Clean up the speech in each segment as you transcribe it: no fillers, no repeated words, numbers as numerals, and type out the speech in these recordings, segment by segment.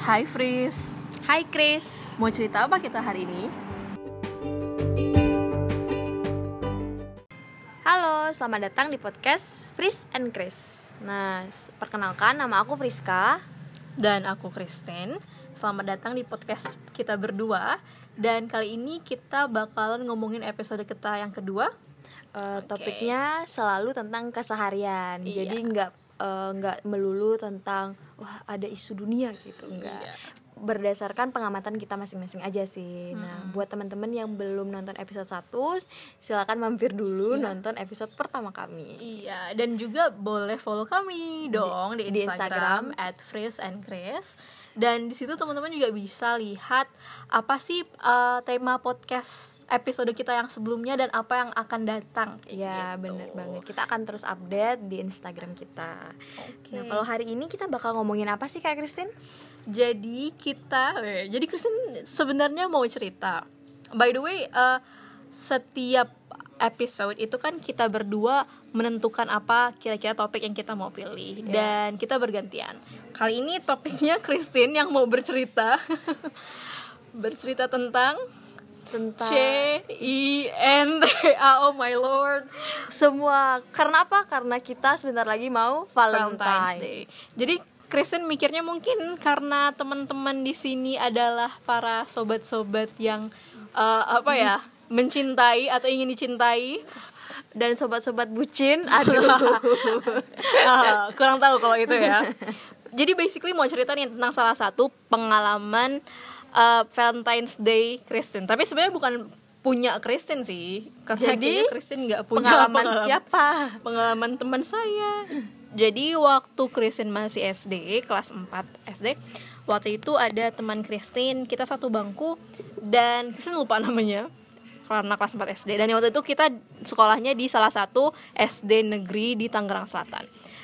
Hai Fris. Hai Chris. Mau cerita apa kita hari ini? Halo, selamat datang di podcast Fris and Chris. Nah, perkenalkan nama aku Friska. Dan aku Christine. Selamat datang di podcast kita berdua. Dan kali ini kita bakalan ngomongin episode kita yang kedua. Topiknya selalu tentang keseharian. Iya. Jadi nggak melulu tentang wah ada isu dunia gitu, enggak. Iya. Berdasarkan pengamatan kita masing-masing aja sih. Nah, buat teman-teman yang belum nonton episode 1, silakan mampir dulu nonton episode pertama kami. Iya, dan juga boleh follow kami dong di Instagram @frisandchris. Dan di situ teman-teman juga bisa lihat apa sih tema podcast episode kita yang sebelumnya dan apa yang akan datang. Ya, gitu. bener banget. Kita akan terus update di Instagram kita. Oke. Nah, kalau hari ini kita bakal ngomongin apa sih Kak Christine? Jadi Christine sebenarnya mau cerita. By the way, setiap episode itu kan kita berdua menentukan apa kira-kira topik yang kita mau pilih dan kita bergantian. Kali ini topiknya Christine yang mau bercerita. Bercerita tentang Cinta. Oh my lord. Semua karena apa? Karena kita sebentar lagi mau Valentine's Day. Jadi Christine mikirnya mungkin karena teman-teman di sini adalah para sobat-sobat yang mencintai atau ingin dicintai, dan sobat-sobat bucin. Aduh. Kurang tahu kalau itu ya. Jadi basically mau cerita nih tentang salah satu pengalaman Valentine's Day Christine. Tapi sebenarnya bukan punya Christine sih. Karena Jadi Christine nggak punya pengalaman siapa? Pengalaman teman saya. Jadi waktu Christine masih SD, kelas 4 SD, waktu itu ada teman Christine, kita satu bangku, dan Christine lupa namanya karena kelas 4 SD. Dan waktu itu kita sekolahnya di salah satu SD negeri di Tangerang Selatan.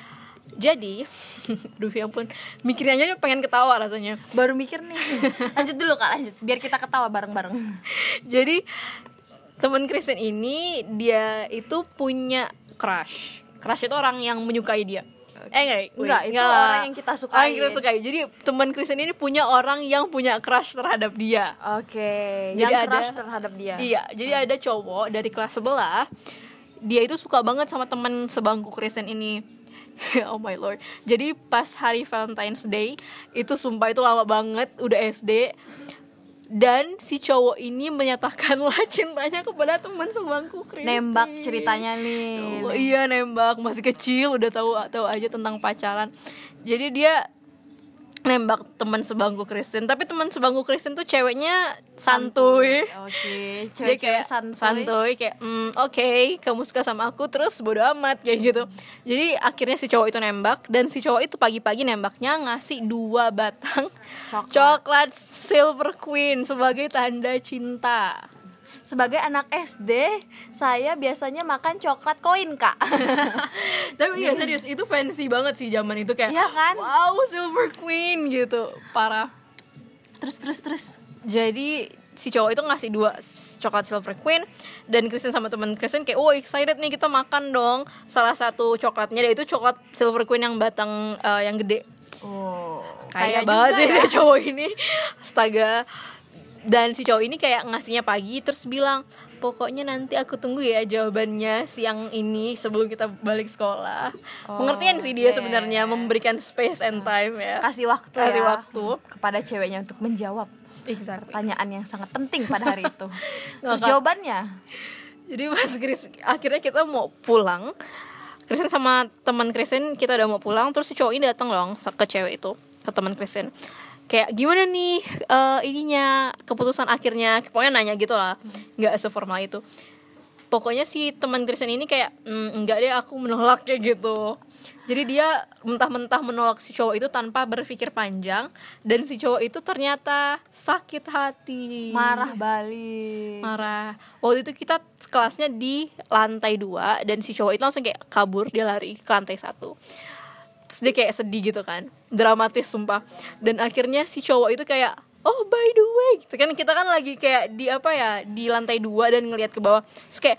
Jadi, aduh ya ampun, mikirnya aja pengen ketawa rasanya. Baru mikir nih. Lanjut dulu Kak, lanjut. Biar kita ketawa bareng-bareng. Jadi, teman Christine ini dia itu punya crush. Crush itu orang yang menyukai dia. Enggak, itu orang yang kita sukai. Orang yang kita sukai. Jadi teman Christine ini punya orang yang punya crush terhadap dia. Oke. Jadi Yang crush terhadap dia. Iya, jadi ada cowok dari kelas sebelah. Dia itu suka banget sama teman sebangku Christine ini. Oh my lord. Jadi pas hari Valentine's Day itu sumpah itu lama banget, udah SD. Dan si cowok ini menyatakanlah cintanya kepada teman sebangku Christine. Nembak ceritanya nih. Oh, iya, nembak, masih kecil udah tahu aja tentang pacaran. Jadi dia nembak teman sebangku Christine, tapi teman sebangku Christine tuh ceweknya santuy. Oke, Dia kayak santuy kayak oke, kamu suka sama aku terus bodo amat kayak gitu. Jadi akhirnya si cowok itu nembak, dan si cowok itu pagi-pagi nembaknya ngasih 2 batang coklat Silver Queen sebagai tanda cinta. Sebagai anak SD, saya biasanya makan coklat koin, Kak. Tapi iya serius, itu fancy banget sih zaman itu kayak. Iya kan? Wow, Silver Queen gitu. Parah. Terus. Jadi si cowok itu ngasih 2 coklat Silver Queen, dan Christine sama teman Christine kayak, "Oh, excited nih, kita makan dong salah satu coklatnya." Dia itu coklat Silver Queen yang batang yang gede. Oh, Kayak banget sih si cowok ini. Astaga. Dan si cowok ini kayak ngasihnya pagi terus bilang, "Pokoknya nanti aku tunggu ya jawabannya siang ini sebelum kita balik sekolah." Pengertian sih dia sebenarnya memberikan space and time ya. Kasih waktu kepada ceweknya untuk menjawab pertanyaan yang sangat penting pada hari itu. Terus jawabannya. Jadi pas akhirnya kita mau pulang, Christine sama teman Christine kita udah mau pulang, terus si cowok ini datang dong ke cewek itu, ke teman Christine. Kayak gimana nih keputusan akhirnya, pokoknya nanya gitu lah, nggak seformal itu. Pokoknya si teman Christian ini kayak enggak deh, aku menolak kayak gitu. Jadi dia mentah-mentah menolak si cowok itu tanpa berpikir panjang, dan si cowok itu ternyata sakit hati, marah balik. Waktu itu kita kelasnya di lantai 2, dan si cowok itu langsung kayak kabur, dia lari ke lantai 1. Terus dia kayak sedih gitu kan, dramatis sumpah. Dan akhirnya si cowok itu kayak, "Oh by the way," gitu kan, kita kan lagi kayak di lantai 2 dan ngelihat ke bawah. Terus kayak,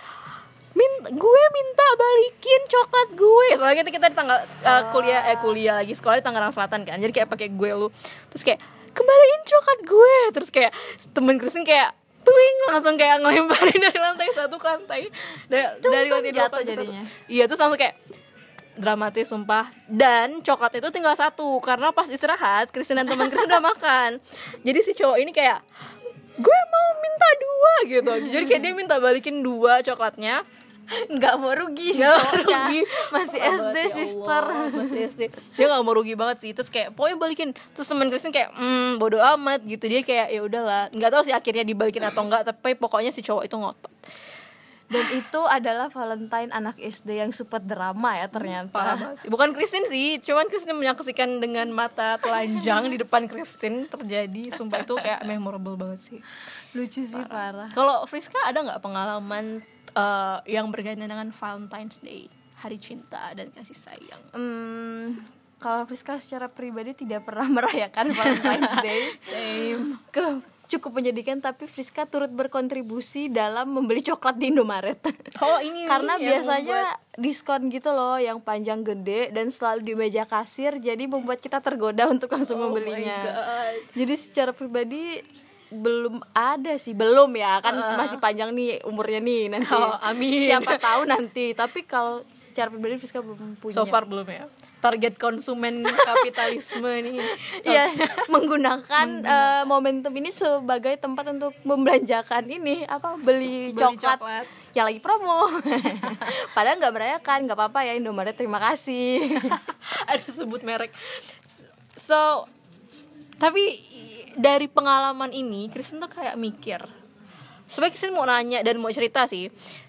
gue minta balikin coklat gue, soalnya kita di tanggal kuliah lagi sekolah di Tangerang Selatan kan, jadi kayak pakai gue lu. Terus kayak kembaliin coklat gue. Terus kayak temen Kristen kayak puing, langsung kayak ngelemparin dari lantai 1 ke lantai dari lantai 2 jatuh ke lantai 1. jadinya. Iya, terus langsung kayak dramatis sumpah. Dan coklat itu tinggal 1 karena pas istirahat Kristen dan teman Kristen udah makan. Jadi si cowok ini kayak gue mau minta 2 gitu. Jadi kayak dia minta balikin 2 coklatnya. Nggak mau rugi sih Nggak cowoknya. rugi. Masih Sahabat, SD ya sister. Allah, masih SD. Dia nggak mau rugi banget sih. Terus kayak pokoknya balikin. Terus teman Kristen kayak bodo amat gitu. Dia kayak ya udahlah. Nggak tahu sih akhirnya dibalikin atau enggak. Tapi pokoknya si cowok itu ngotot. Dan itu adalah Valentine anak SD yang super drama ya ternyata. Parah banget sih. Bukan Kristen sih, cuman Kristen menyaksikan dengan mata telanjang di depan Kristen terjadi. Sumpah itu kayak memorable banget sih. Lucu sih parah. Kalau Friska ada nggak pengalaman yang berkaitan dengan Valentine's Day, hari cinta dan kasih sayang? Kalau Friska secara pribadi tidak pernah merayakan Valentine's Day. Same. Cukup menyedihkan, tapi Friska turut berkontribusi dalam membeli coklat di Indomaret. Oh ini Karena yang biasanya diskon gitu loh yang panjang gede dan selalu di meja kasir, jadi membuat kita tergoda untuk langsung membelinya. My God. Jadi secara pribadi belum ada sih, belum ya kan masih panjang nih umurnya nih nanti. Oh, amin. Siapa tahu nanti. Tapi kalau secara pribadi Friska belum punya. So far belum ya. Target konsumen kapitalisme nih. Iya, menggunakan momentum ini sebagai tempat untuk membelanjakan ini beli coklat yang lagi promo. Padahal nggak merayakan, nggak apa-apa ya Indomaret, terima kasih. Aduh, sebut merek. So tapi dari pengalaman ini Kristen tuh kayak mikir. Sebenarnya Kristen mau nanya dan mau cerita sih.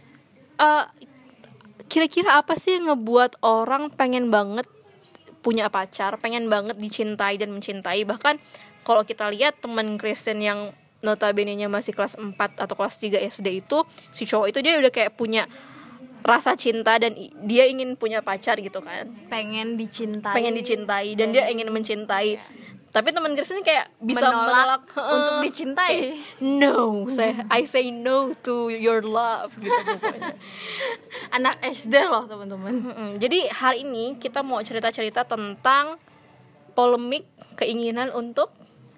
Kira-kira apa sih yang ngebuat orang pengen banget punya pacar, pengen banget dicintai dan mencintai. Bahkan kalau kita lihat teman Kristen yang notabene-nya masih kelas 4 atau kelas 3 SD itu, si cowok itu dia udah kayak punya rasa cinta dan dia ingin punya pacar gitu kan. Pengen dicintai Dan dia ingin mencintai. Tapi teman Kristen kayak bisa menolak untuk dicintai. No, I say no to your love gitu pokoknya. Anak SD loh teman-teman. Jadi hari ini kita mau cerita-cerita tentang polemik keinginan untuk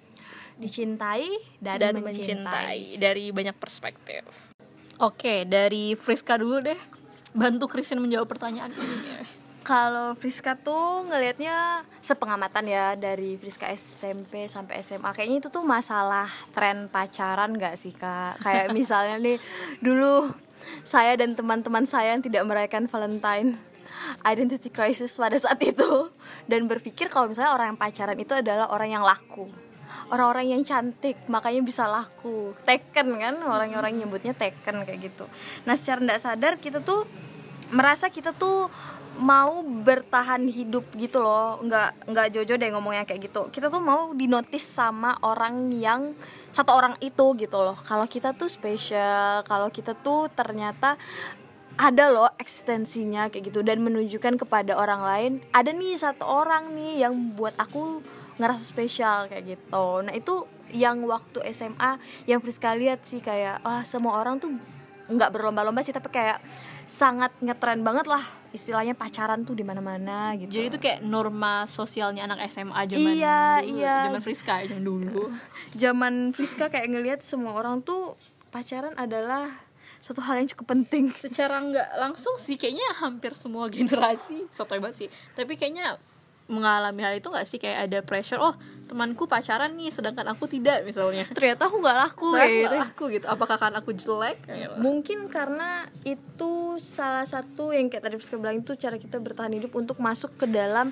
dicintai dan mencintai dari banyak perspektif. Oke, dari Friska dulu deh. Bantu Kristen menjawab pertanyaan ini. Kalau Friska tuh ngelihatnya sepengamatan ya dari Friska SMP sampai SMA, kayaknya itu tuh masalah tren pacaran gak sih Kak? Kayak misalnya nih, dulu saya dan teman-teman saya yang tidak merayakan Valentine, identity crisis pada saat itu, dan berpikir kalau misalnya orang yang pacaran itu adalah orang yang laku, orang-orang yang cantik, makanya bisa laku, taken kan, orang-orang nyebutnya taken kayak gitu. Nah secara tidak sadar kita tuh merasa kita tuh mau bertahan hidup gitu loh, nggak jojo deh ngomongnya kayak gitu. Kita tuh mau dinotis sama orang yang satu orang itu gitu loh. Kalau kita tuh spesial, kalau kita tuh ternyata ada loh eksistensinya kayak gitu, dan menunjukkan kepada orang lain ada nih satu orang nih yang buat aku ngerasa spesial kayak gitu. Nah itu yang waktu SMA yang Friska lihat sih, kayak semua orang tuh nggak berlomba-lomba sih, tapi kayak sangat ngetren banget lah istilahnya pacaran tuh di mana-mana gitu. Jadi itu kayak norma sosialnya anak SMA zaman dulu. Zaman Friska zaman dulu. Zaman Friska kayak ngelihat semua orang tuh pacaran adalah suatu hal yang cukup penting. Secara nggak langsung sih kayaknya hampir semua generasi, sotoy banget sih. Tapi kayaknya mengalami hal itu nggak sih, kayak ada pressure, temanku pacaran nih sedangkan aku tidak misalnya. Ternyata aku nggak laku gitu. Apakah karena aku jelek? Mungkin karena itu salah satu yang kayak tadi Friska bilang, itu cara kita bertahan hidup untuk masuk ke dalam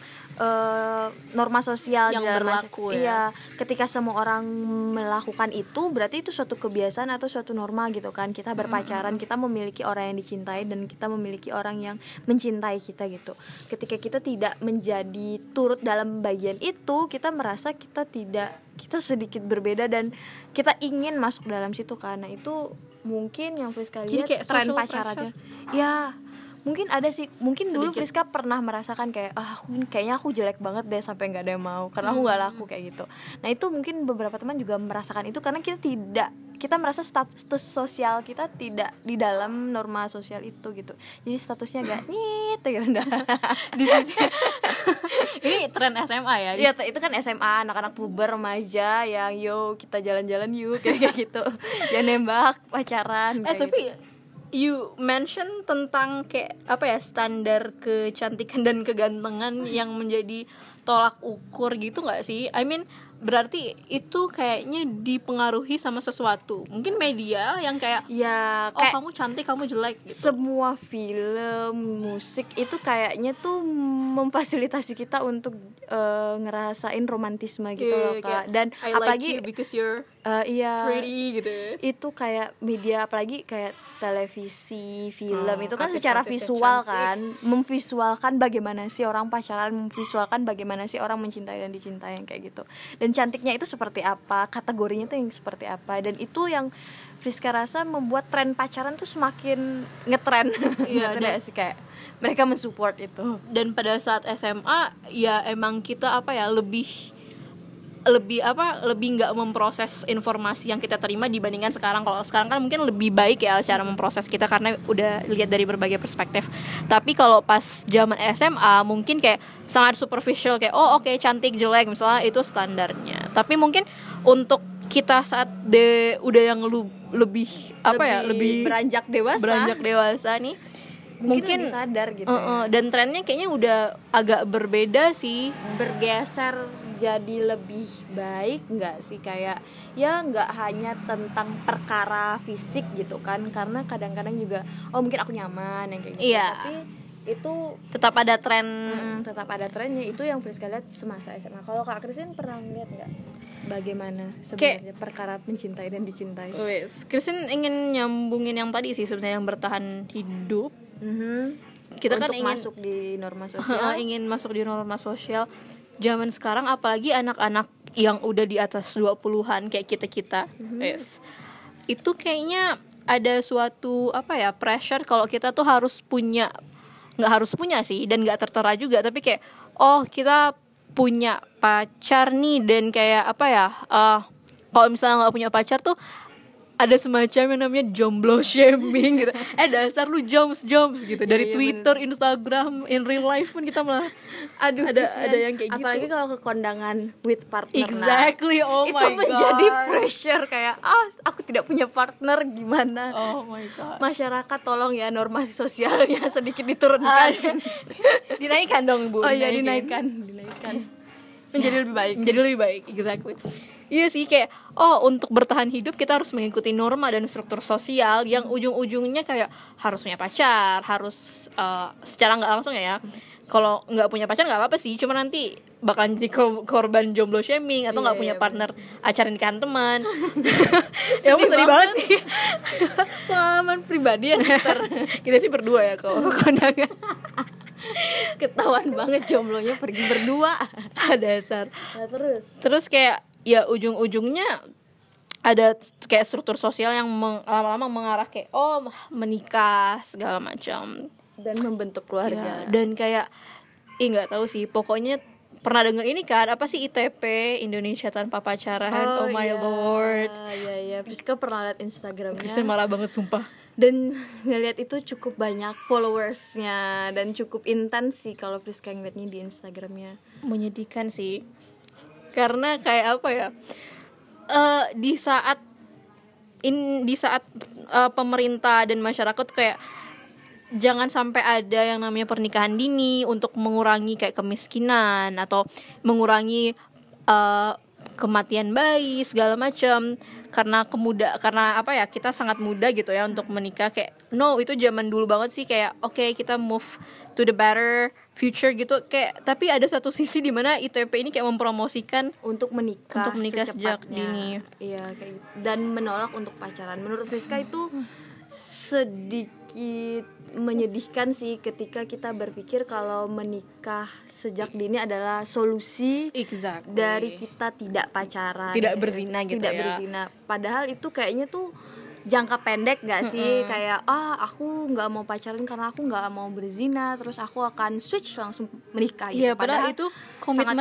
norma sosial yang berlaku ya. Iya, ketika semua orang melakukan itu berarti itu suatu kebiasaan atau suatu norma gitu kan. Kita berpacaran, kita memiliki orang yang dicintai dan kita memiliki orang yang mencintai kita gitu. Ketika kita tidak menjadi turut dalam bagian itu, kita merasa kita sedikit berbeda dan kita ingin masuk dalam situ. Karena itu mungkin yang Friska lihat tren pacarannya. Ya, mungkin ada sih, mungkin sedikit. Dulu Friska pernah merasakan kayak kayaknya aku jelek banget deh sampai nggak ada yang mau karena aku nggak laku kayak gitu. Nah itu mungkin beberapa teman juga merasakan itu karena kita merasa status sosial kita tidak di dalam norma sosial itu gitu. Jadi statusnya agak nyet gitu. Ini tren SMA ya. Iya, itu kan SMA, anak-anak puber remaja yang yo kita jalan-jalan yuk kayak gitu. Ya nembak, pacaran kayak Tapi gitu. you mention tentang kayak apa ya, standar kecantikan dan kegantengan yang menjadi tolak ukur gitu nggak sih? I mean, berarti itu kayaknya dipengaruhi sama sesuatu. Mungkin media yang kayak Ya oh kayak kamu cantik, kamu jelek gitu. semua film, musik itu kayaknya tuh memfasilitasi kita untuk ngerasain romantisme gitu Iya, loh Kak. kayak, Dan I apalagi like you because you're iya pretty gitu. itu kayak media, apalagi kayak televisi, film itu kan artis-artis secara yang visual cantik. kan memvisualkan bagaimana sih orang pacaran, memvisualkan bagaimana sih orang mencintai dan dicintai yang kayak gitu. Dan cantiknya itu seperti apa, kategorinya tuh yang seperti apa, dan itu yang Friska rasa membuat tren pacaran tuh semakin ngetren. Iya, Ngerti nggak sih, kayak mereka mensupport itu. Dan pada saat SMA ya emang kita apa ya, lebih nggak memproses informasi yang kita terima dibandingkan sekarang. Kalau sekarang kan mungkin lebih baik ya cara memproses kita karena udah lihat dari berbagai perspektif. Tapi kalau pas zaman SMA mungkin kayak sangat superficial, kayak oh oke, cantik jelek misalnya itu standarnya. Tapi mungkin untuk kita saat udah yang lebih apa ya, lebih beranjak dewasa nih, mungkin lebih sadar gitu ya. Dan trennya kayaknya udah agak berbeda sih. Bergeser jadi lebih baik nggak sih, kayak ya nggak hanya tentang perkara fisik gitu kan, karena kadang-kadang juga oh mungkin aku nyaman yang kayak gitu. Iya. Tapi itu Tetap ada tren. tetap ada trennya. Itu yang Friska lihat semasa SMA. Kalau Kak Christine pernah lihat nggak bagaimana sebenarnya perkara mencintai dan dicintai? Wes, Christine ingin nyambungin yang tadi sih sebenarnya, yang bertahan hidup. Kita kan Untuk ingin masuk di norma sosial. ingin masuk di norma sosial zaman sekarang, apalagi anak-anak yang udah di atas 20-an kayak kita-kita. Yes. Itu kayaknya ada suatu apa ya, pressure kalau kita tuh harus punya, nggak harus punya sih dan nggak tertera juga, tapi kayak oh kita punya pacar nih, dan kayak apa ya, kalau misalnya nggak punya pacar tuh ada semacam yang namanya jomblo shaming gitu. Dasar lu joms gitu. Dari Twitter, Instagram, in real life pun kita malah ada yang kayak gitu. Apalagi kalau ke kondangan with partner. Exactly, oh my itu god. menjadi pressure kayak aku tidak punya partner, gimana? Oh my god. Masyarakat tolong ya normasi sosialnya sedikit diturunkan. Dinaikkan dong Bu. Oh iya, dinaikkan. Menjadi lebih baik. Exactly. Iya sih, kayak untuk bertahan hidup kita harus mengikuti norma dan struktur sosial yang ujung-ujungnya kayak harus punya pacar, harus secara nggak langsung ya. Kalau nggak punya pacar nggak apa-apa sih, cuma nanti bakalan jadi korban jomblo shaming, atau nggak punya partner acara nikahan teman. Ya sedih banget sih. Pengalaman pribadi ya. Kita sih berdua ya kalau kondangan. Ketahuan banget jomblonya pergi berdua. Dasar. Nah, Terus kayak ya ujung-ujungnya ada kayak struktur sosial yang lama-lama mengarah kayak menikah segala macam dan membentuk keluarga. ya, dan kayak nggak tahu sih, pokoknya pernah denger ini kan, apa sih ITP, Indonesia Tanpa Pacaran. Oh my lord. Iya. Friska pernah lihat Instagramnya. Krisnya marah banget sumpah. Dan ngelihat itu cukup banyak followersnya dan cukup intens sih kalau Friska ngeliatnya di Instagramnya. Menyedihkan sih, karena kayak apa ya, di saat pemerintah dan masyarakat tuh kayak jangan sampai ada yang namanya pernikahan dini untuk mengurangi kayak kemiskinan atau mengurangi kematian bayi segala macam, karena apa ya, kita sangat muda gitu ya untuk menikah. Kayak no, itu zaman dulu banget sih, kayak oke, kita move to the better future gitu. Kayak tapi ada satu sisi di mana ITP ini kayak mempromosikan untuk menikah sejak dini. Iya, kayak gitu. Dan menolak untuk pacaran. Menurut Friska itu sedikit menyedihkan sih ketika kita berpikir kalau menikah sejak dini adalah solusi dari kita tidak pacaran, tidak berzina gitu, tidak berzina. Padahal itu kayaknya tuh jangka pendek nggak sih, kayak aku nggak mau pacaran karena aku nggak mau berzina, terus aku akan switch langsung menikah gitu. Iya, padahal itu komitmennya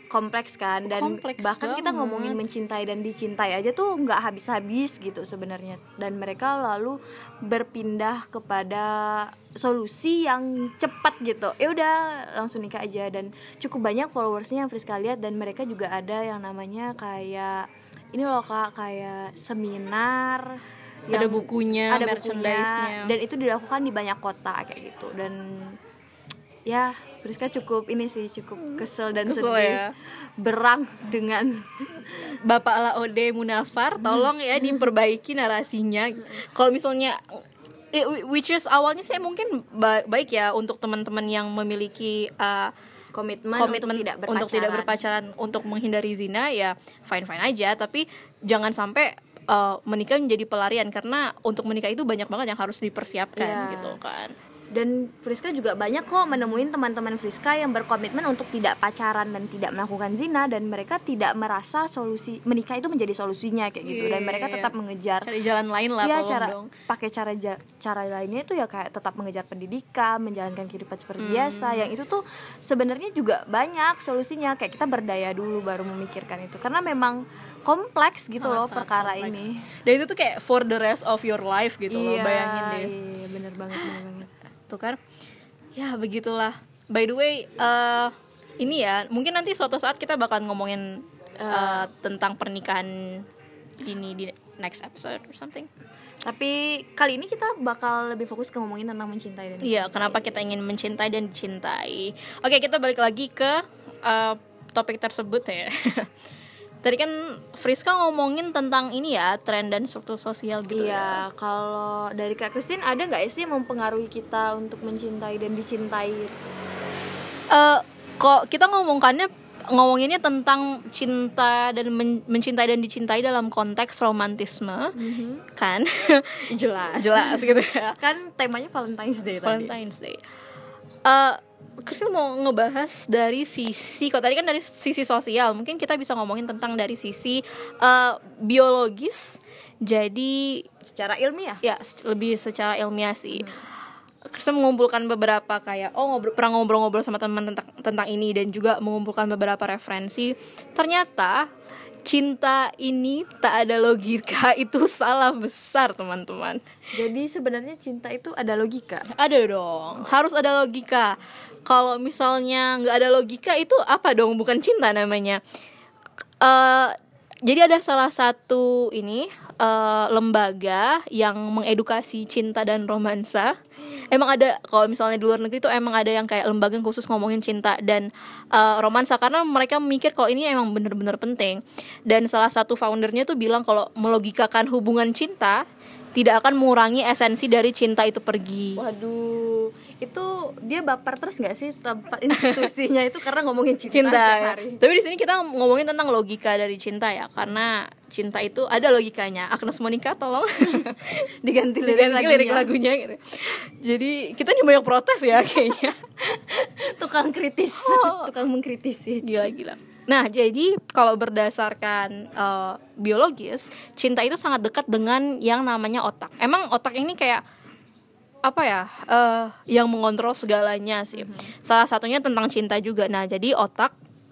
kompleks kan, dan Kompleks bahkan kita banget. ngomongin mencintai dan dicintai aja tuh nggak habis-habis gitu sebenarnya, dan mereka lalu berpindah kepada solusi yang cepat gitu, ya udah langsung nikah aja. Dan cukup banyak followersnya yang Friska lihat, dan mereka juga ada yang namanya kayak ini loh Kak, kayak seminar Ada bukunya, ada merchandise-nya. dan itu dilakukan di banyak kota kayak gitu. Dan ya Friska cukup ini sih, cukup kesel dan Kesel sedih ya. berang dengan Bapak Laode Munafar, tolong ya diperbaiki narasinya. Kalau misalnya which is awalnya saya mungkin baik ya untuk teman-teman yang memiliki komitmen untuk tidak berpacaran, untuk menghindari zina, ya fine aja. Tapi jangan sampai menikah menjadi pelarian, karena untuk menikah itu banyak banget yang harus dipersiapkan gitu kan. Dan Friska juga banyak kok menemuin teman-teman Friska yang berkomitmen untuk tidak pacaran dan tidak melakukan zina, dan mereka tidak merasa solusi menikah itu menjadi solusinya kayak gitu. Dan mereka tetap mengejar cari jalan lain lah, ya, tolong dong. pakai cara lainnya itu ya kayak tetap mengejar pendidikan, menjalankan kehidupan seperti biasa. Yang itu tuh sebenarnya juga banyak solusinya, kayak kita berdaya dulu baru memikirkan itu, karena memang kompleks gitu loh perkara kompleks. ini. Dan itu tuh kayak for the rest of your life gitu loh, bayangin deh. Iya, bener banget. Tuh kan, ya begitulah. By the way, ini ya mungkin nanti suatu saat kita bakal ngomongin tentang pernikahan ini di next episode or something. Tapi kali ini kita bakal lebih fokus ke ngomongin tentang mencintai dan Iya, kenapa kita ingin mencintai dan dicintai. Oke, kita balik lagi ke topik tersebut ya. Tadi kan Friska ngomongin tentang ini ya, tren dan struktur sosial gitu. Iya, kalau dari Kak Christine ada nggak sih yang mempengaruhi kita untuk mencintai dan dicintai? Kok kita ngomonginnya tentang cinta dan mencintai dan dicintai dalam konteks romantisme, kan? jelas gitu ya. Kan temanya Valentine's Day tadi. Valentine's Day. Kristin mau ngebahas dari sisi, kok tadi kan dari sisi sosial, mungkin kita bisa ngomongin tentang dari sisi biologis. Jadi Secara ilmiah? ya lebih secara ilmiah sih. Kristin mengumpulkan beberapa kayak pernah ngobrol-ngobrol sama teman tentang ini, dan juga mengumpulkan beberapa referensi. Ternyata cinta ini tak ada logika, itu salah besar teman-teman. Jadi sebenarnya cinta itu ada logika? Ada dong, harus ada logika. Kalau misalnya nggak ada logika, itu apa dong? Bukan cinta namanya. Jadi ada salah satu lembaga yang mengedukasi cinta dan romansa. Emang ada, kalau misalnya di luar negeri tuh emang ada yang kayak lembaga yang khusus ngomongin cinta dan romansa, karena mereka mikir kalau ini emang bener-bener penting. Dan salah satu foundernya tuh bilang kalau melogikakan hubungan cinta tidak akan mengurangi esensi dari cinta itu pergi. Waduh, itu dia baper terus nggak sih tempat institusinya itu karena ngomongin cinta setiap hari? Tapi di sini kita ngomongin tentang logika dari cinta ya, karena cinta itu ada logikanya. Agnes Monica tolong diganti lirik lagunya gitu. Jadi kita nih banyak protes ya kayaknya. tukang mengkritisi. Gila. Nah, jadi kalau berdasarkan biologis, cinta itu sangat dekat dengan yang namanya otak. Emang otak ini kayak apa ya, yang mengontrol segalanya sih. Salah satunya tentang cinta juga. Nah, jadi otak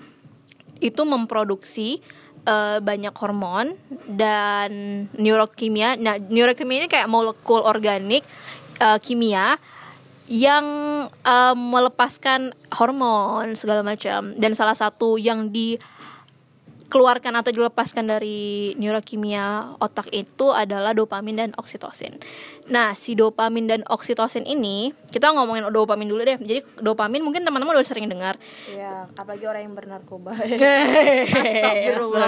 itu memproduksi banyak hormon dan neurokimia. Nah, neurokimia ini kayak molekul organik kimia yang melepaskan hormon segala macam. Dan salah satu yang dikeluarkan atau dilepaskan dari neurokimia otak itu adalah dopamin dan oksitosin. Nah, si dopamin dan oksitosin ini, kita ngomongin dopamin dulu deh. Jadi dopamin mungkin teman-teman udah sering dengar. Iya, apalagi orang yang bernarkoba. Astagfirullah.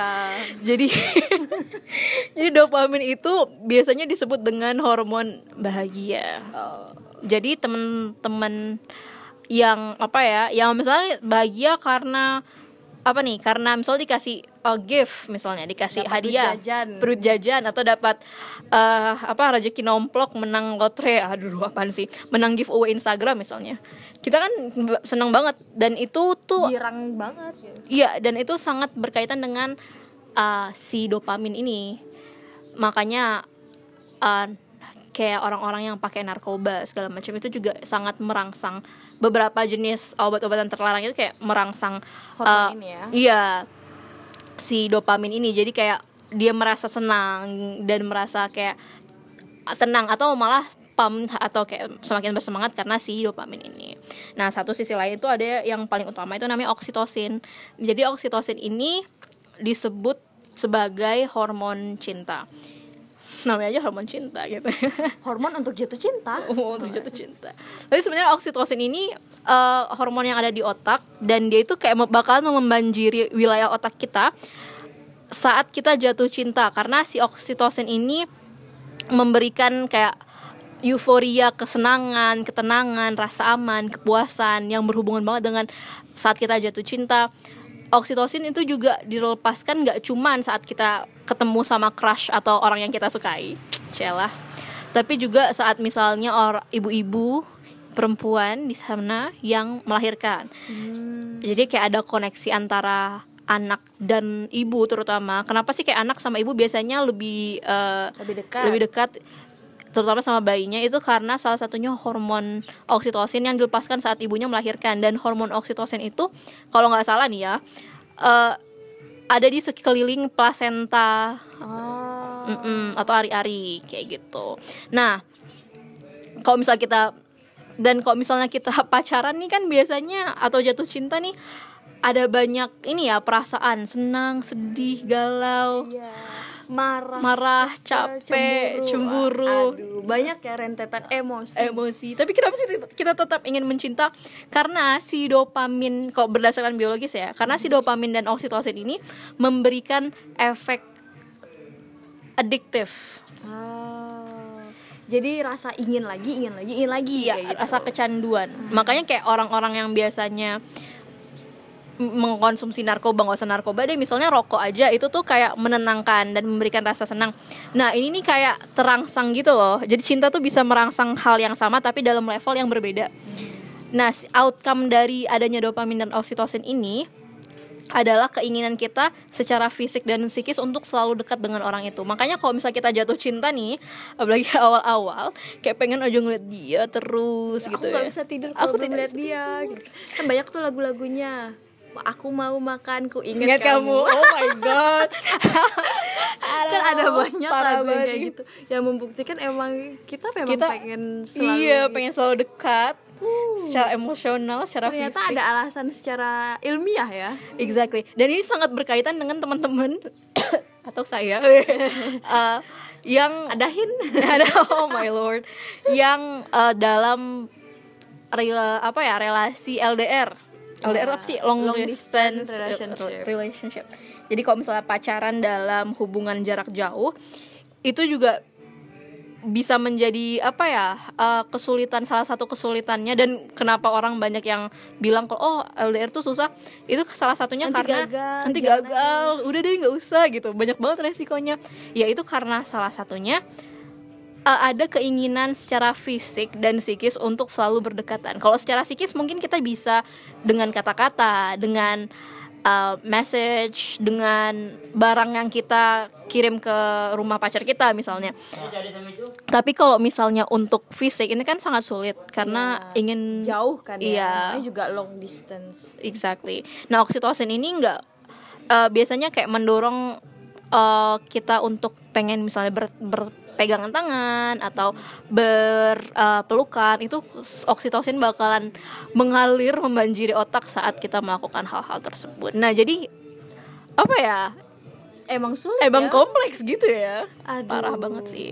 Jadi jadi dopamin itu biasanya disebut dengan hormon bahagia. Jadi teman-teman yang yang misalnya bahagia karena karena misalnya dikasih gift, misalnya dikasih dapat hadiah perut jajan atau dapat rezeki nomplok, menang lotre, apaan sih, menang giveaway Instagram misalnya, kita kan senang banget, dan itu tuh girang banget ya. Iya, dan itu sangat berkaitan dengan si dopamin ini. Makanya kayak orang-orang yang pakai narkoba segala macam itu juga sangat merangsang beberapa jenis obat-obatan terlarang itu kayak merangsang Hormon ini ya. Iya, si dopamin ini. Jadi kayak dia merasa senang dan merasa kayak tenang atau malah pump atau kayak semakin bersemangat karena si dopamin ini. Nah, satu sisi lain itu ada yang paling utama itu namanya oksitosin. Jadi oksitosin ini disebut sebagai hormon cinta. Namanya aja hormon cinta gitu. Hormon untuk jatuh cinta. Untuk jatuh cinta. Tapi sebenarnya oksitosin ini hormon yang ada di otak dan dia itu kayak bakalan membanjiri wilayah otak kita saat kita jatuh cinta karena si oksitosin ini memberikan kayak euforia, kesenangan, ketenangan, rasa aman, kepuasan yang berhubungan banget dengan saat kita jatuh cinta. Oksitosin itu juga dilepaskan gak cuman saat kita ketemu sama crush atau orang yang kita sukai, celah. Tapi juga saat misalnya ibu-ibu perempuan di sana yang melahirkan. Jadi kayak ada koneksi antara anak dan ibu terutama. Kenapa sih kayak anak sama ibu biasanya lebih dekat terutama sama bayinya itu karena salah satunya hormon oksitosin yang dilepaskan saat ibunya melahirkan. Dan hormon oksitosin itu kalau nggak salah nih ya ada di sekeliling plasenta atau ari-ari kayak gitu. Nah, kalau misalnya kita pacaran nih kan biasanya atau jatuh cinta nih ada banyak ini ya perasaan senang, sedih, galau. Marah, capek, cemburu. Aduh, banyak ya rentetan emosi. Tapi kenapa sih kita tetap ingin mencinta? Karena si dopamin, kok berdasarkan biologis ya, karena si dopamin dan oksitosin ini memberikan efek adiktif. Jadi rasa ingin lagi ya, kayak gitu. Rasa kecanduan. Makanya kayak orang-orang yang biasanya mengkonsumsi narkoba, nggak usah narkoba deh, misalnya rokok aja itu tuh kayak menenangkan dan memberikan rasa senang. Nah, ini nih kayak terangsang gitu loh. Jadi cinta tuh bisa merangsang hal yang sama tapi dalam level yang berbeda. Nah, outcome dari adanya dopamin dan oksitosin ini adalah keinginan kita secara fisik dan psikis untuk selalu dekat dengan orang itu. Makanya kalau misalnya kita jatuh cinta nih, apalagi awal-awal, kayak pengen aja ngeliat dia terus gitu ya. Aku gak bisa tidur kalau belum lihat dia gitu. Kan banyak tuh lagu-lagunya. Aku mau makan, ku ingat kamu. Oh my god. Kan ada banyak lagu kayak gitu yang membuktikan emang kita pengen selalu pengen selalu dekat secara emosional, secara ternyata fisik. Ada alasan secara ilmiah ya. Exactly. Dan ini sangat berkaitan dengan teman-teman atau saya yang oh my lord, yang dalam relasi LDR apa sih? Long distance relationship. Jadi kalau misalnya pacaran dalam hubungan jarak jauh itu juga bisa menjadi kesulitan, salah satu kesulitannya. Dan kenapa orang banyak yang bilang kalau LDR tuh susah, itu salah satunya nanti gagal, udah deh nggak usah gitu, banyak banget resikonya. Ya itu karena salah satunya ada keinginan secara fisik dan psikis untuk selalu berdekatan. Kalau secara psikis mungkin kita bisa dengan kata-kata, dengan message, dengan barang yang kita kirim ke rumah pacar kita misalnya. Tapi kalau misalnya untuk fisik ini kan sangat sulit karena ingin jauh kan ya. Namanya juga long distance. Exactly. Nah, oksitosin ini biasanya kayak mendorong kita untuk pengen misalnya berpegangan tangan atau berpelukan. Itu oksitosin bakalan mengalir, membanjiri otak saat kita melakukan hal-hal tersebut. Nah, jadi emang sulit, emang ya? kompleks gitu ya. Aduh. Parah banget sih.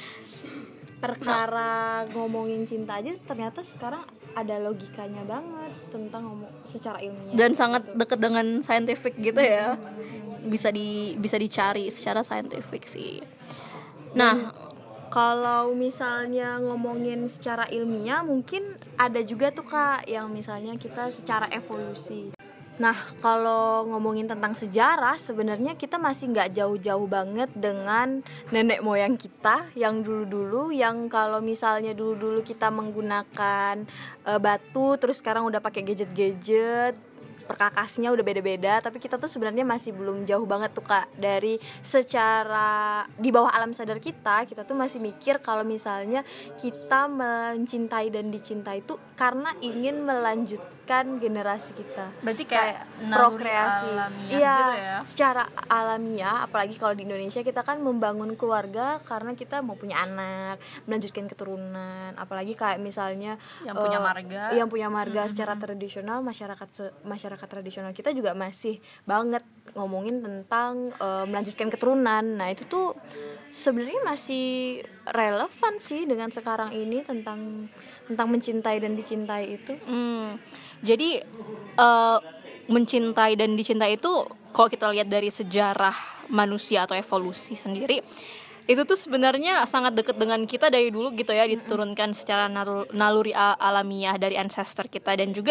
Perkara ngomongin cinta aja ternyata sekarang ada logikanya banget tentang ngomong secara ilmiah. Dan sangat dekat dengan scientific gitu ya. Bisa dicari secara scientific sih. Nah, kalau misalnya ngomongin secara ilmiah mungkin ada juga tuh Kak yang misalnya kita secara evolusi. Nah, kalau ngomongin tentang sejarah, sebenarnya kita masih nggak jauh-jauh banget dengan nenek moyang kita yang dulu-dulu, yang kalau misalnya dulu-dulu kita menggunakan batu, terus sekarang udah pakai gadget-gadget. perkakasnya udah beda-beda, tapi kita tuh sebenarnya masih belum jauh banget tuh Kak dari secara di bawah alam sadar kita tuh masih mikir kalau misalnya kita mencintai dan dicintai itu karena ingin melanjutkan generasi kita. Berarti kayak prokreasi. alamiah Iya, gitu ya. secara alamiah, apalagi kalau di Indonesia kita kan membangun keluarga karena kita mau punya anak, melanjutkan keturunan, apalagi kayak misalnya Yang punya marga. Yang punya marga secara tradisional, masyarakat tradisional kita juga masih banget ngomongin tentang melanjutkan keturunan. Nah, itu tuh sebenarnya masih relevan sih dengan sekarang ini tentang mencintai dan dicintai itu. Jadi mencintai dan dicintai itu kalau kita lihat dari sejarah manusia atau evolusi sendiri, itu tuh sebenarnya sangat dekat dengan kita dari dulu gitu ya, diturunkan secara naluri alamiah dari ancestor kita. Dan juga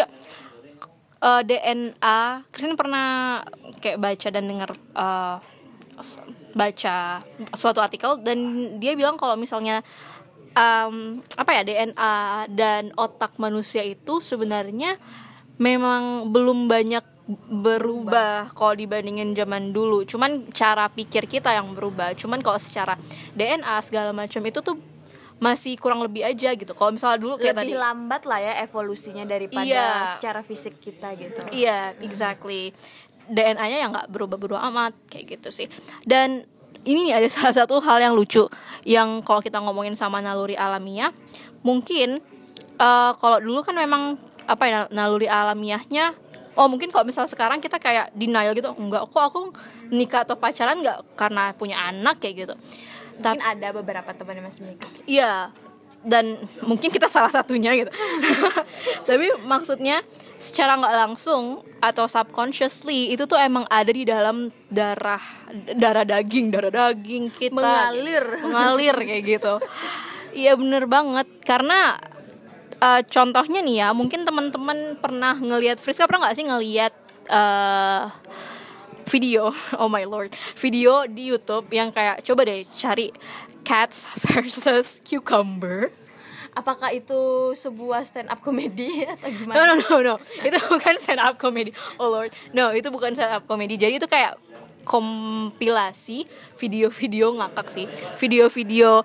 DNA, Kristen pernah kayak baca dan dengar baca suatu artikel, dan dia bilang kalau misalnya DNA dan otak manusia itu sebenarnya memang belum banyak berubah kalau dibandingin zaman dulu. Cuman cara pikir kita yang berubah. Cuman kalau secara DNA segala macam itu tuh masih kurang lebih aja gitu. Kalau misalnya dulu kayak lebih tadi lambat lah ya evolusinya daripada secara fisik kita gitu. Iya, exactly. DNA-nya yang nggak berubah-berubah amat kayak gitu sih. Dan ini nih ada salah satu hal yang lucu yang kalau kita ngomongin sama naluri alamiah, mungkin kalau dulu kan memang naluri alamiahnya, mungkin kalau misalnya sekarang kita kayak denial gitu, enggak kok aku nikah atau pacaran enggak karena punya anak kayak gitu. Mungkin ada beberapa teman yang masih mikir. Iya, dan mungkin kita salah satunya gitu. Tapi maksudnya secara nggak langsung atau subconsciously itu tuh emang ada di dalam darah daging kita, mengalir kayak gitu. Iya bener banget, karena contohnya nih ya, mungkin teman-teman pernah ngelihat, Friska pernah nggak sih ngelihat video, oh my lord, video di YouTube yang kayak, coba deh cari cats versus cucumber. Apakah itu sebuah stand up comedy atau gimana? No, itu bukan stand up comedy. Oh lord, no, itu bukan stand up comedy. Jadi itu kayak kompilasi video-video ngakak sih, video-video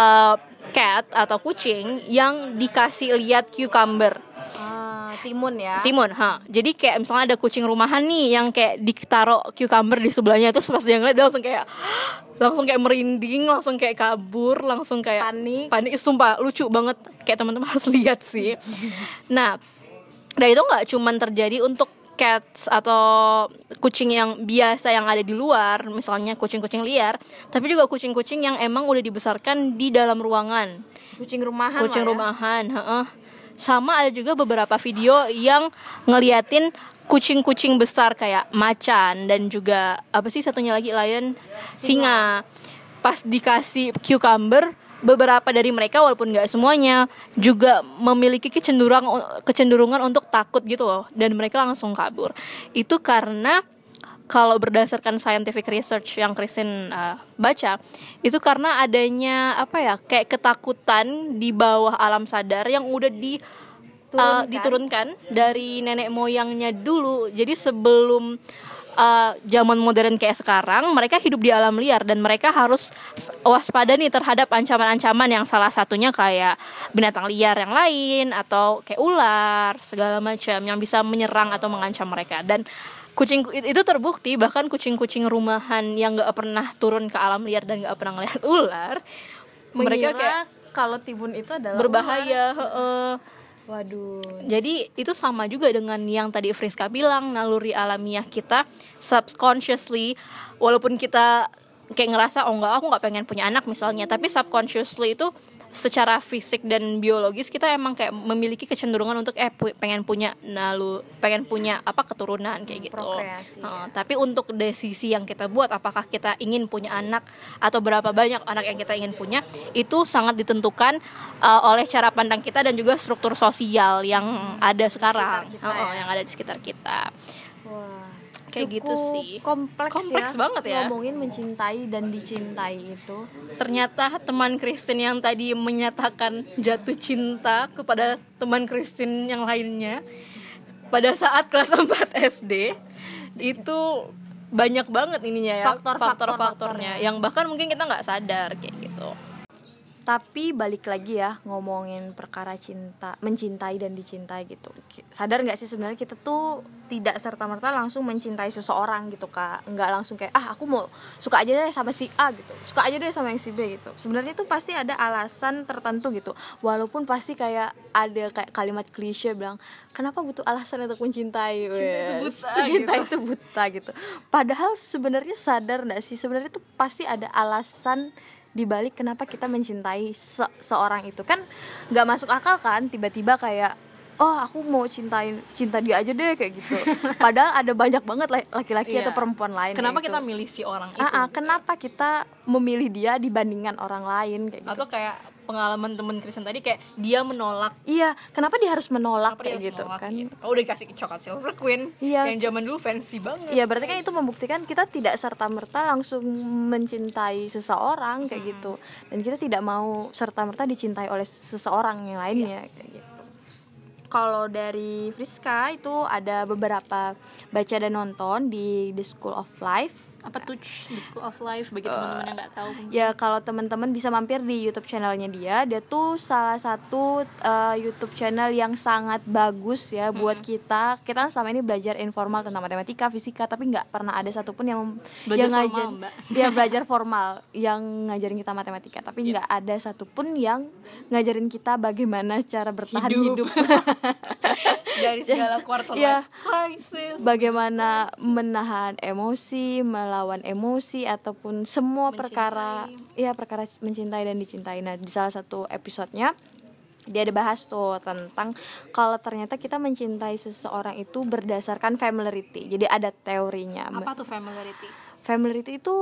cat atau kucing yang dikasih lihat cucumber. Timun ya. Timun, Jadi kayak misalnya ada kucing rumahan nih yang kayak ditaruh cucumber di sebelahnya, itu pas dia ngeliat dia langsung kayak merinding, langsung kayak kabur, langsung kayak panik. Sumpah lucu banget, kayak teman-teman harus lihat sih. Nah, dan itu nggak cuman terjadi untuk cats atau kucing yang biasa yang ada di luar, misalnya kucing-kucing liar, tapi juga kucing-kucing yang emang udah dibesarkan di dalam ruangan. Kucing rumahan. Sama ada juga beberapa video yang ngeliatin kucing-kucing besar kayak macan dan juga apa sih satunya lagi, lion, singa. Pas dikasih cucumber, beberapa dari mereka walaupun nggak semuanya juga memiliki kecenderungan untuk takut gitu loh, dan mereka langsung kabur. Itu karena kalau berdasarkan scientific research yang Kristen baca, itu karena adanya kayak ketakutan di bawah alam sadar yang udah diturunkan dari nenek moyangnya dulu. Jadi sebelum zaman modern kayak sekarang, mereka hidup di alam liar dan mereka harus waspada nih terhadap ancaman-ancaman yang salah satunya kayak binatang liar yang lain atau kayak ular segala macam yang bisa menyerang atau mengancam mereka. Dan kucing itu terbukti, bahkan kucing-kucing rumahan yang nggak pernah turun ke alam liar dan nggak pernah ngeliat ular, mereka kayak kalau timun itu adalah berbahaya. Waduh. Jadi itu sama juga dengan yang tadi Friska bilang, naluri alamiah kita subconsciously, walaupun kita kayak ngerasa aku nggak pengen punya anak misalnya, tapi subconsciously itu secara fisik dan biologis kita emang kayak memiliki kecenderungan untuk pengen punya keturunan kayak gitu. Prokreasi, ya. Tapi untuk desisi yang kita buat, apakah kita ingin punya anak atau berapa banyak anak yang kita ingin punya, itu sangat ditentukan oleh cara pandang kita dan juga struktur sosial yang ada sekarang, yang ada di sekitar kita. Wah, kayak gitu sih. Kompleks ya, banget ya ngomongin mencintai dan dicintai itu. Ternyata teman Kristen yang tadi menyatakan jatuh cinta kepada teman Kristen yang lainnya pada saat kelas 4 SD itu banyak banget ininya ya, faktor-faktornya yang bahkan mungkin kita nggak sadar kayak gitu. Tapi balik lagi ya, ngomongin perkara cinta, mencintai dan dicintai gitu. Sadar nggak sih sebenarnya kita tuh tidak serta-merta langsung mencintai seseorang gitu Kak. Nggak langsung kayak aku mau suka aja deh sama si A gitu, suka aja deh sama yang si B gitu. Sebenarnya itu pasti ada alasan tertentu gitu. Walaupun pasti kayak ada kayak kalimat klise bilang, kenapa butuh alasan untuk mencintai? Cinta itu buta gitu. Padahal sebenarnya sadar nggak sih, sebenarnya itu pasti ada alasan dibalik kenapa kita mencintai seorang itu. Kan nggak masuk akal kan tiba-tiba kayak aku mau cinta dia aja deh kayak gitu. Padahal ada banyak banget laki-laki atau perempuan lain. Kenapa gitu. kita milih si orang itu? Kenapa kita memilih dia dibandingkan orang lain kayak gitu? Atau kayak pengalaman temen Kristen tadi kayak dia menolak. Iya, kenapa dia harus menolak kayak gitu kan? Gitu. Udah dikasih coklat Silver Queen yang zaman dulu fancy banget. Iya, berarti kan itu membuktikan kita tidak serta-merta langsung mencintai seseorang kayak gitu. Dan kita tidak mau serta-merta dicintai oleh seseorang yang lainnya kayak gitu. Kalau dari Friska itu ada beberapa baca dan nonton di The School of Life. Apa tuh The School of Life bagi teman-teman yang nggak tahu? Ya kalau teman-teman bisa mampir di YouTube channelnya dia tuh salah satu YouTube channel yang sangat bagus ya buat kita. Kita kan selama ini belajar informal tentang matematika, fisika, tapi nggak pernah ada satupun yang belajar formal yang ngajarin kita matematika, tapi nggak ada satupun yang ngajarin kita bagaimana cara bertahan hidup. Dari segala quarter life crisis, bagaimana menahan emosi, melawan emosi ataupun semua perkara mencintai dan dicintai. Nah, di salah satu episodenya dia ada bahas tuh tentang kalau ternyata kita mencintai seseorang itu berdasarkan familiarity. Jadi ada teorinya. Apa tuh familiarity? Familiarity itu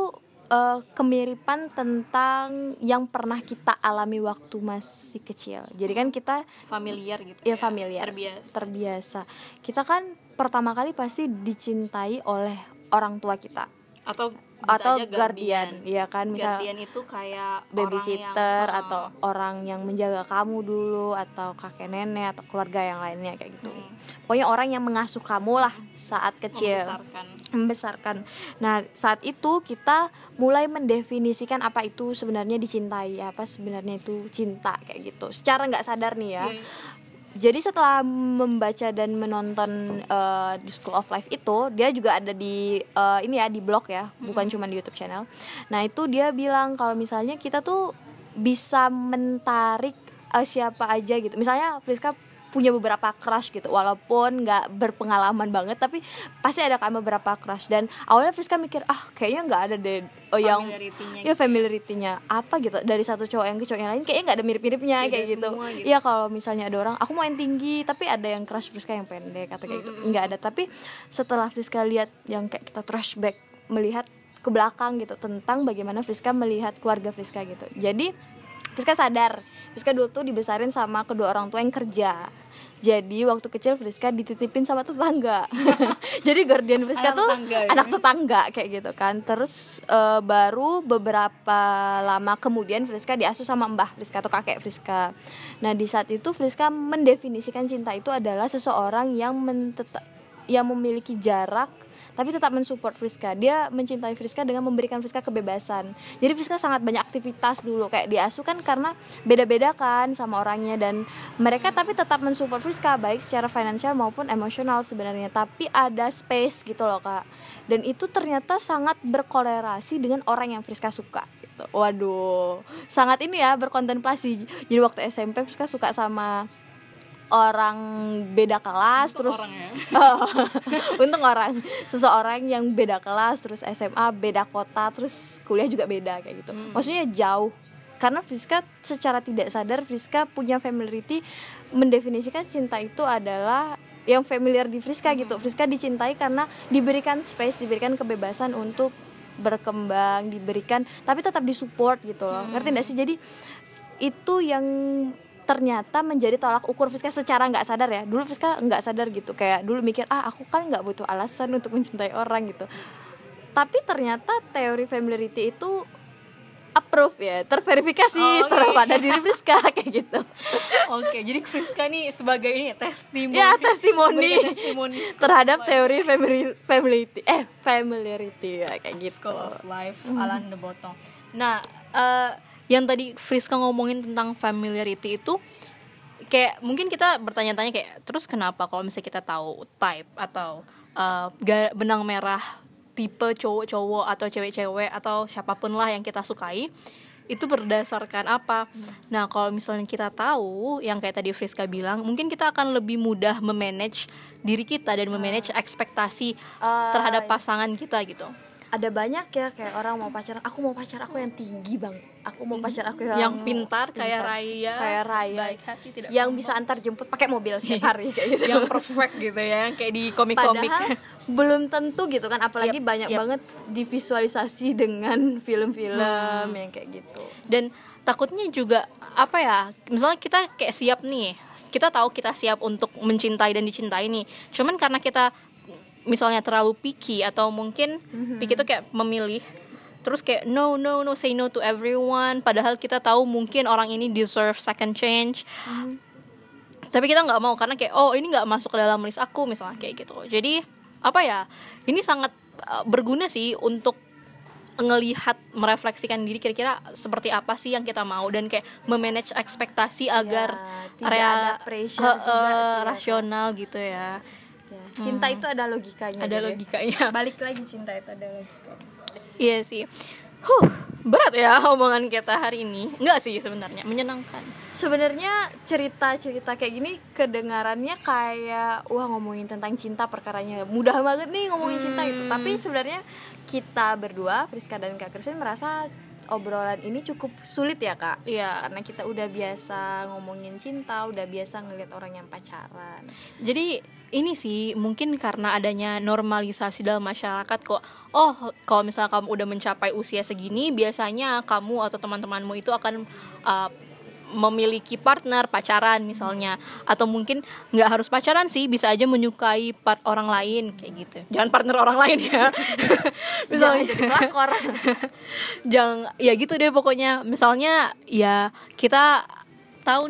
kemiripan tentang yang pernah kita alami waktu masih kecil. Jadi kan kita familiar gitu ya, familiar, terbiasa. Kita kan pertama kali pasti dicintai oleh orang tua kita atau guardian, ya kan, misal guardian itu kayak babysitter atau orang yang menjaga kamu dulu, atau kakek nenek atau keluarga yang lainnya kayak gitu. Pokoknya orang yang mengasuh kamu lah saat kecil, membesarkan. Nah, saat itu kita mulai mendefinisikan apa itu sebenarnya dicintai, apa sebenarnya itu cinta kayak gitu. Secara nggak sadar nih ya. Jadi setelah membaca dan menonton The School of Life itu, dia juga ada di di blog ya, bukan cuma di YouTube channel. Nah, itu dia bilang kalau misalnya kita tuh bisa mentarik siapa aja gitu. Misalnya Friska punya beberapa crush gitu, walaupun nggak berpengalaman banget, tapi pasti ada kan beberapa crush. Dan awalnya Friska mikir kayaknya nggak ada deh yang familiarity-nya apa gitu, dari satu cowok yang ke cowok yang lain kayaknya nggak ada mirip-miripnya kayak gitu. Iya, kalau misalnya ada orang aku mau yang tinggi tapi ada yang crush Friska yang pendek atau kayak gitu, nggak ada. Tapi setelah Friska lihat yang kayak kita flashback, melihat ke belakang gitu tentang bagaimana Friska melihat keluarga Friska gitu, jadi Friska sadar, Friska dulu tuh dibesarin sama kedua orang tua yang kerja. Jadi waktu kecil Friska dititipin sama tetangga. Jadi guardian Friska tuh anak tetangga kayak gitu kan. Terus baru beberapa lama kemudian Friska diasuh sama mbah Friska atau kakek Friska. Nah, di saat itu Friska mendefinisikan cinta itu adalah seseorang yang memiliki jarak tapi tetap mensupport Friska. Dia mencintai Friska dengan memberikan Friska kebebasan. Jadi Friska sangat banyak aktivitas dulu, kayak diasuh kan karena beda-beda kan sama orangnya, dan mereka tapi tetap mensupport Friska baik secara finansial maupun emosional sebenarnya. Tapi ada space gitu loh Kak. Dan itu ternyata sangat berkolerasi dengan orang yang Friska suka gitu. Waduh, sangat ini ya, berkontemplasi. Jadi waktu SMP Friska suka sama orang beda kelas, untung terus untung seseorang yang beda kelas, terus SMA beda kota, terus kuliah juga beda kayak gitu. Maksudnya jauh. Karena Friska secara tidak sadar Friska punya familiarity, mendefinisikan cinta itu adalah yang familiar di Friska gitu. Friska dicintai karena diberikan space, diberikan kebebasan untuk berkembang, diberikan tapi tetap disupport gitu loh. Ngerti enggak sih? Jadi itu yang ternyata menjadi tolak ukur Friska secara nggak sadar ya. Dulu Friska nggak sadar gitu, kayak dulu mikir aku kan nggak butuh alasan untuk mencintai orang gitu. Tapi ternyata teori familiarity itu approve ya, terverifikasi terhadap diri Friska kayak gitu. Oke, jadi Friska nih sebagai ini testimoni. Ya, testimoni terhadap life. teori familiarity ya kayak gitu. School of Life Alain de Botton. Nah, yang tadi Friska ngomongin tentang familiarity itu kayak mungkin kita bertanya-tanya kayak terus kenapa kalau misalnya kita tahu type atau benang merah tipe cowok-cowok atau cewek-cewek atau siapapun lah yang kita sukai itu berdasarkan apa? Nah, kalau misalnya kita tahu yang kayak tadi Friska bilang, mungkin kita akan lebih mudah memanage diri kita dan memanage ekspektasi terhadap pasangan kita gitu. Ada banyak ya kayak orang mau pacaran, aku mau pacar aku yang tinggi bang, aku mau pacar aku yang pintar kayak Raya, baik hati, tidak yang sombong, bisa antar jemput pakai mobil setiap hari kayak gitu. yang perfect gitu ya, kayak di komik-komik. Padahal belum tentu gitu kan, apalagi banyak banget divisualisasi dengan film-film yang kayak gitu. Dan takutnya juga apa ya, misalnya kita kayak siap nih, kita tahu kita siap untuk mencintai dan dicintai nih, cuman karena kita misalnya terlalu picky atau mungkin picky itu kayak memilih terus kayak no say no to everyone, padahal kita tahu mungkin orang ini deserve second chance, tapi kita nggak mau karena kayak ini nggak masuk ke dalam list aku misalnya kayak gitu. Jadi apa ya, ini sangat berguna sih untuk ngelihat, merefleksikan diri kira-kira seperti apa sih yang kita mau dan kayak memanage ekspektasi agar tidak ada pressure juga rasional gitu ya. Cinta itu ada logikanya. Ada logikanya. Balik lagi, cinta itu ada logikanya. Iya sih. Berat ya omongan kita hari ini. Enggak sih sebenarnya, menyenangkan. Sebenarnya cerita-cerita kayak gini kedengarannya kayak wah ngomongin tentang cinta perkaranya mudah banget nih ngomongin cinta gitu. Tapi sebenarnya kita berdua, Friska dan Kak Kristen, merasa obrolan ini cukup sulit ya Kak. Iya. Karena kita udah biasa ngomongin cinta, udah biasa ngelihat orang yang pacaran. Jadi ini sih mungkin karena adanya normalisasi dalam masyarakat kok. Kalau misalnya kamu udah mencapai usia segini, biasanya kamu atau teman-temanmu itu akan memiliki partner pacaran misalnya, atau mungkin nggak harus pacaran sih, bisa aja menyukai orang lain kayak gitu. Jangan partner orang lain ya. Misalnya jadi pelakor. Jangan ya gitu deh pokoknya. Misalnya ya kita tahu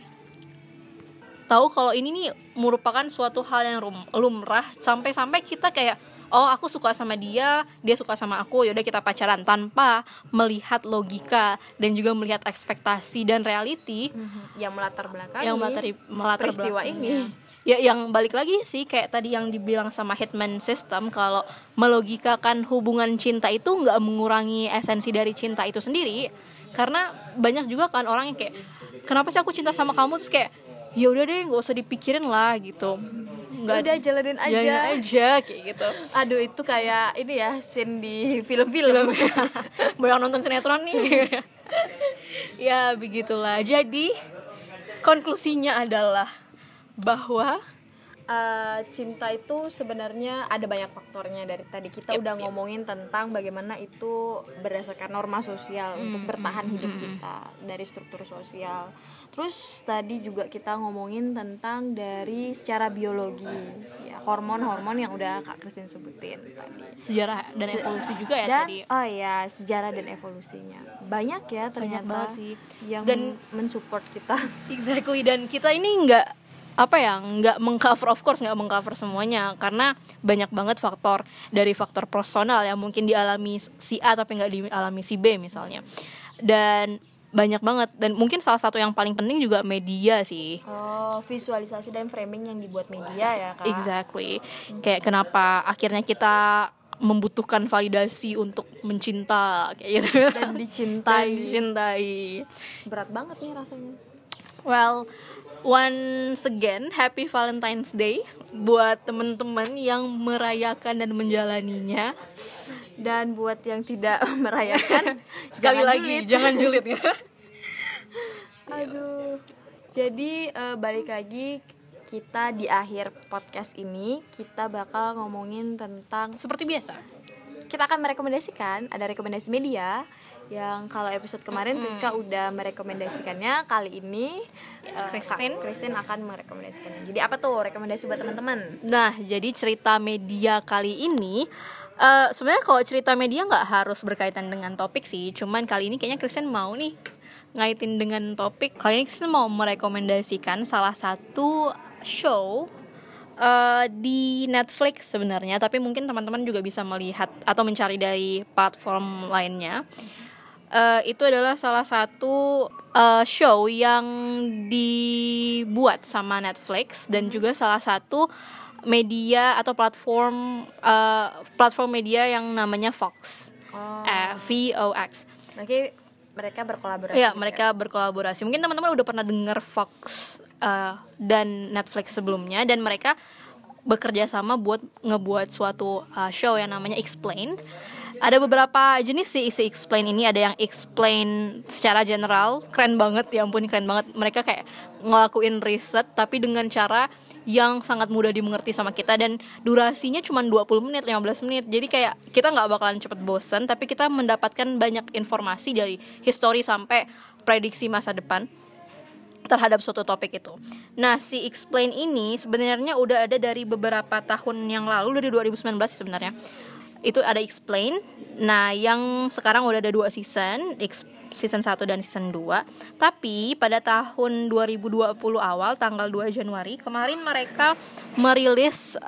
kalau ini nih merupakan suatu hal yang lumrah, sampai kita kayak aku suka sama dia suka sama aku, yaudah kita pacaran, tanpa melihat logika dan juga melihat ekspektasi dan reality yang melatar belakang peristiwa ini. Ya yang balik lagi sih kayak tadi yang dibilang sama Hitman System, kalau melogikakan hubungan cinta itu nggak mengurangi esensi dari cinta itu sendiri. Karena banyak juga kan orang yang kayak kenapa sih aku cinta sama kamu, terus kayak ya udah deh nggak usah dipikirin lah gitu, nggak udah jalanin aja kayak gitu. Aduh, itu kayak ini ya scene di film-film. Banyak nonton sinetron nih. Ya begitulah. Jadi konklusinya adalah bahwa cinta itu sebenarnya ada banyak faktornya. Dari tadi kita udah ngomongin tentang bagaimana itu berdasarkan norma sosial untuk bertahan hidup kita dari struktur sosial. Terus tadi juga kita ngomongin tentang dari secara biologi, ya hormon-hormon yang udah Kak Kristen sebutin tadi. Sejarah dan evolusi juga ya dan, tadi. Oh ya, sejarah dan evolusinya banyak ya ternyata. Banyak banget sih. Yang mensupport kita. Exactly, dan kita ini nggak mengcover semuanya, karena banyak banget faktor, dari faktor personal yang mungkin dialami si A tapi nggak dialami si B misalnya, dan banyak banget. Dan mungkin salah satu yang paling penting juga media sih. Visualisasi dan framing yang dibuat media ya Kak. Exactly. Kayak kenapa akhirnya kita membutuhkan validasi untuk mencinta kayak gitu dan dicintai. Berat banget nih rasanya. Well, once again, happy Valentine's Day buat teman-teman yang merayakan dan menjalaninya. Dan buat yang tidak merayakan, sekali lagi jangan julid ya. Aduh. Jadi balik lagi, kita di akhir podcast ini kita bakal ngomongin tentang, seperti biasa, kita akan merekomendasikan, ada rekomendasi media yang kalau episode kemarin Friska udah merekomendasikannya. Kali ini Kristen akan merekomendasikannya. Jadi apa tuh rekomendasi buat teman-teman? Nah, jadi cerita media kali ini Sebenarnya kalau cerita media nggak harus berkaitan dengan topik sih, cuman kali ini kayaknya Kristen mau nih ngaitin dengan topik. Kali ini Kristen mau merekomendasikan salah satu show di Netflix sebenarnya, tapi mungkin teman-teman juga bisa melihat atau mencari dari platform lainnya. Itu adalah salah satu show yang dibuat sama Netflix dan juga salah satu media atau platform media yang namanya Fox. VOX. Mereka berkolaborasi. Iya, mereka berkolaborasi. Mungkin teman-teman udah pernah dengar Fox dan Netflix sebelumnya, dan mereka bekerja sama buat ngebuat suatu show yang namanya Explain. Ada beberapa jenis sih isi Explain ini. Ada yang explain secara general, keren banget, ya ampun keren banget. Mereka kayak ngelakuin riset tapi dengan cara yang sangat mudah dimengerti sama kita, dan durasinya cuma 20 menit, 15 menit. Jadi kayak kita gak bakalan cepet bosan, tapi kita mendapatkan banyak informasi dari history sampai prediksi masa depan terhadap suatu topik itu. Nah, si Explain ini sebenarnya udah ada dari beberapa tahun yang lalu, dari 2019 sebenarnya. Itu ada Explain. Nah, yang sekarang udah ada 2 season, season 1 dan season 2. Tapi pada tahun 2020 awal, tanggal 2 Januari kemarin, mereka merilis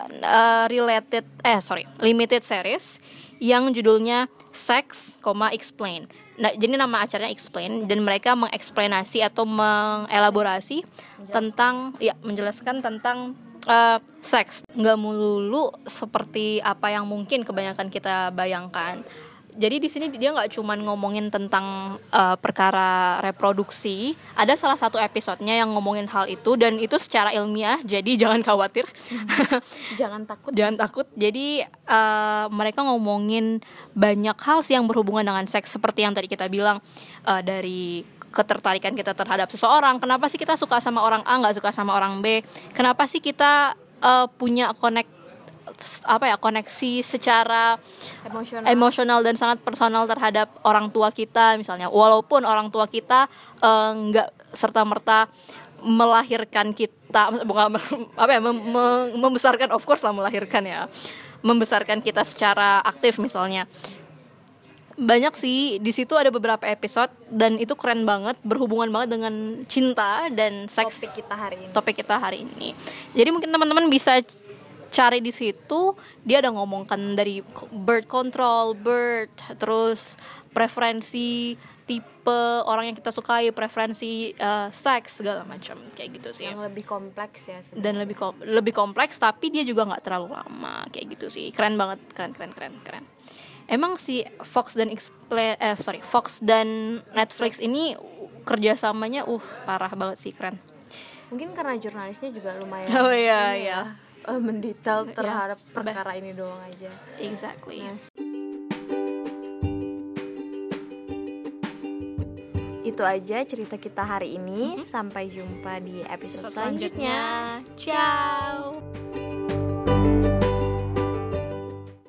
limited series yang judulnya Sex, Explain. Nah, jadi nama acaranya Explain, dan mereka mengeksplanasi atau mengelaborasi menjelaskan tentang seks. Nggak melulu seperti apa yang mungkin kebanyakan kita bayangkan. Jadi di sini dia nggak cuman ngomongin tentang perkara reproduksi. Ada salah satu episodenya yang ngomongin hal itu, dan itu secara ilmiah. Jadi jangan khawatir, Jangan takut. Jadi mereka ngomongin banyak hal sih yang berhubungan dengan seks, seperti yang tadi kita bilang, dari ketertarikan kita terhadap seseorang. Kenapa sih kita suka sama orang A, nggak suka sama orang B? Kenapa sih kita punya koneksi secara emosional dan sangat personal terhadap orang tua kita misalnya, walaupun orang tua kita nggak serta-merta melahirkan kita, membesarkan, of course lah melahirkan ya, membesarkan kita secara aktif misalnya. Banyak sih, di situ ada beberapa episode dan itu keren banget, berhubungan banget dengan cinta dan seks, topik kita hari ini. Jadi mungkin teman-teman bisa cari di situ. Dia ada ngomongkan dari birth control, terus preferensi tipe orang yang kita sukai, preferensi seks, segala macam kayak gitu sih. Yang lebih kompleks ya sebenarnya. Dan lebih kompleks, tapi dia juga nggak terlalu lama kayak gitu sih. Keren banget, keren. Emang si Fox dan Netflix ini kerjasamanya parah banget sih, keren. Mungkin karena jurnalisnya juga lumayan mendetail terhadap perkara ini doang aja. Exactly. Yes. Itu aja cerita kita hari ini. Sampai jumpa di episode selanjutnya. Ciao.